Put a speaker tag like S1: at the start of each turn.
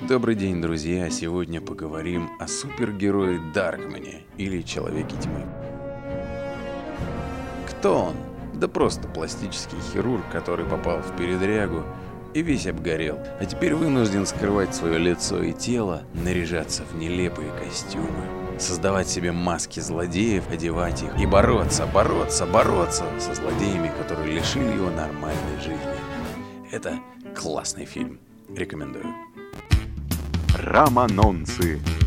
S1: Добрый день, друзья! Сегодня поговорим о супергерое Даркмане или Человеке Тьмы. Кто он? Да просто пластический хирург, который попал в передрягу и весь обгорел, а теперь вынужден скрывать свое лицо и тело, наряжаться в нелепые костюмы, создавать себе маски злодеев, одевать их и бороться со злодеями, которые лишили его нормальной жизни. Это классный фильм. Рекомендую.
S2: Романонцы.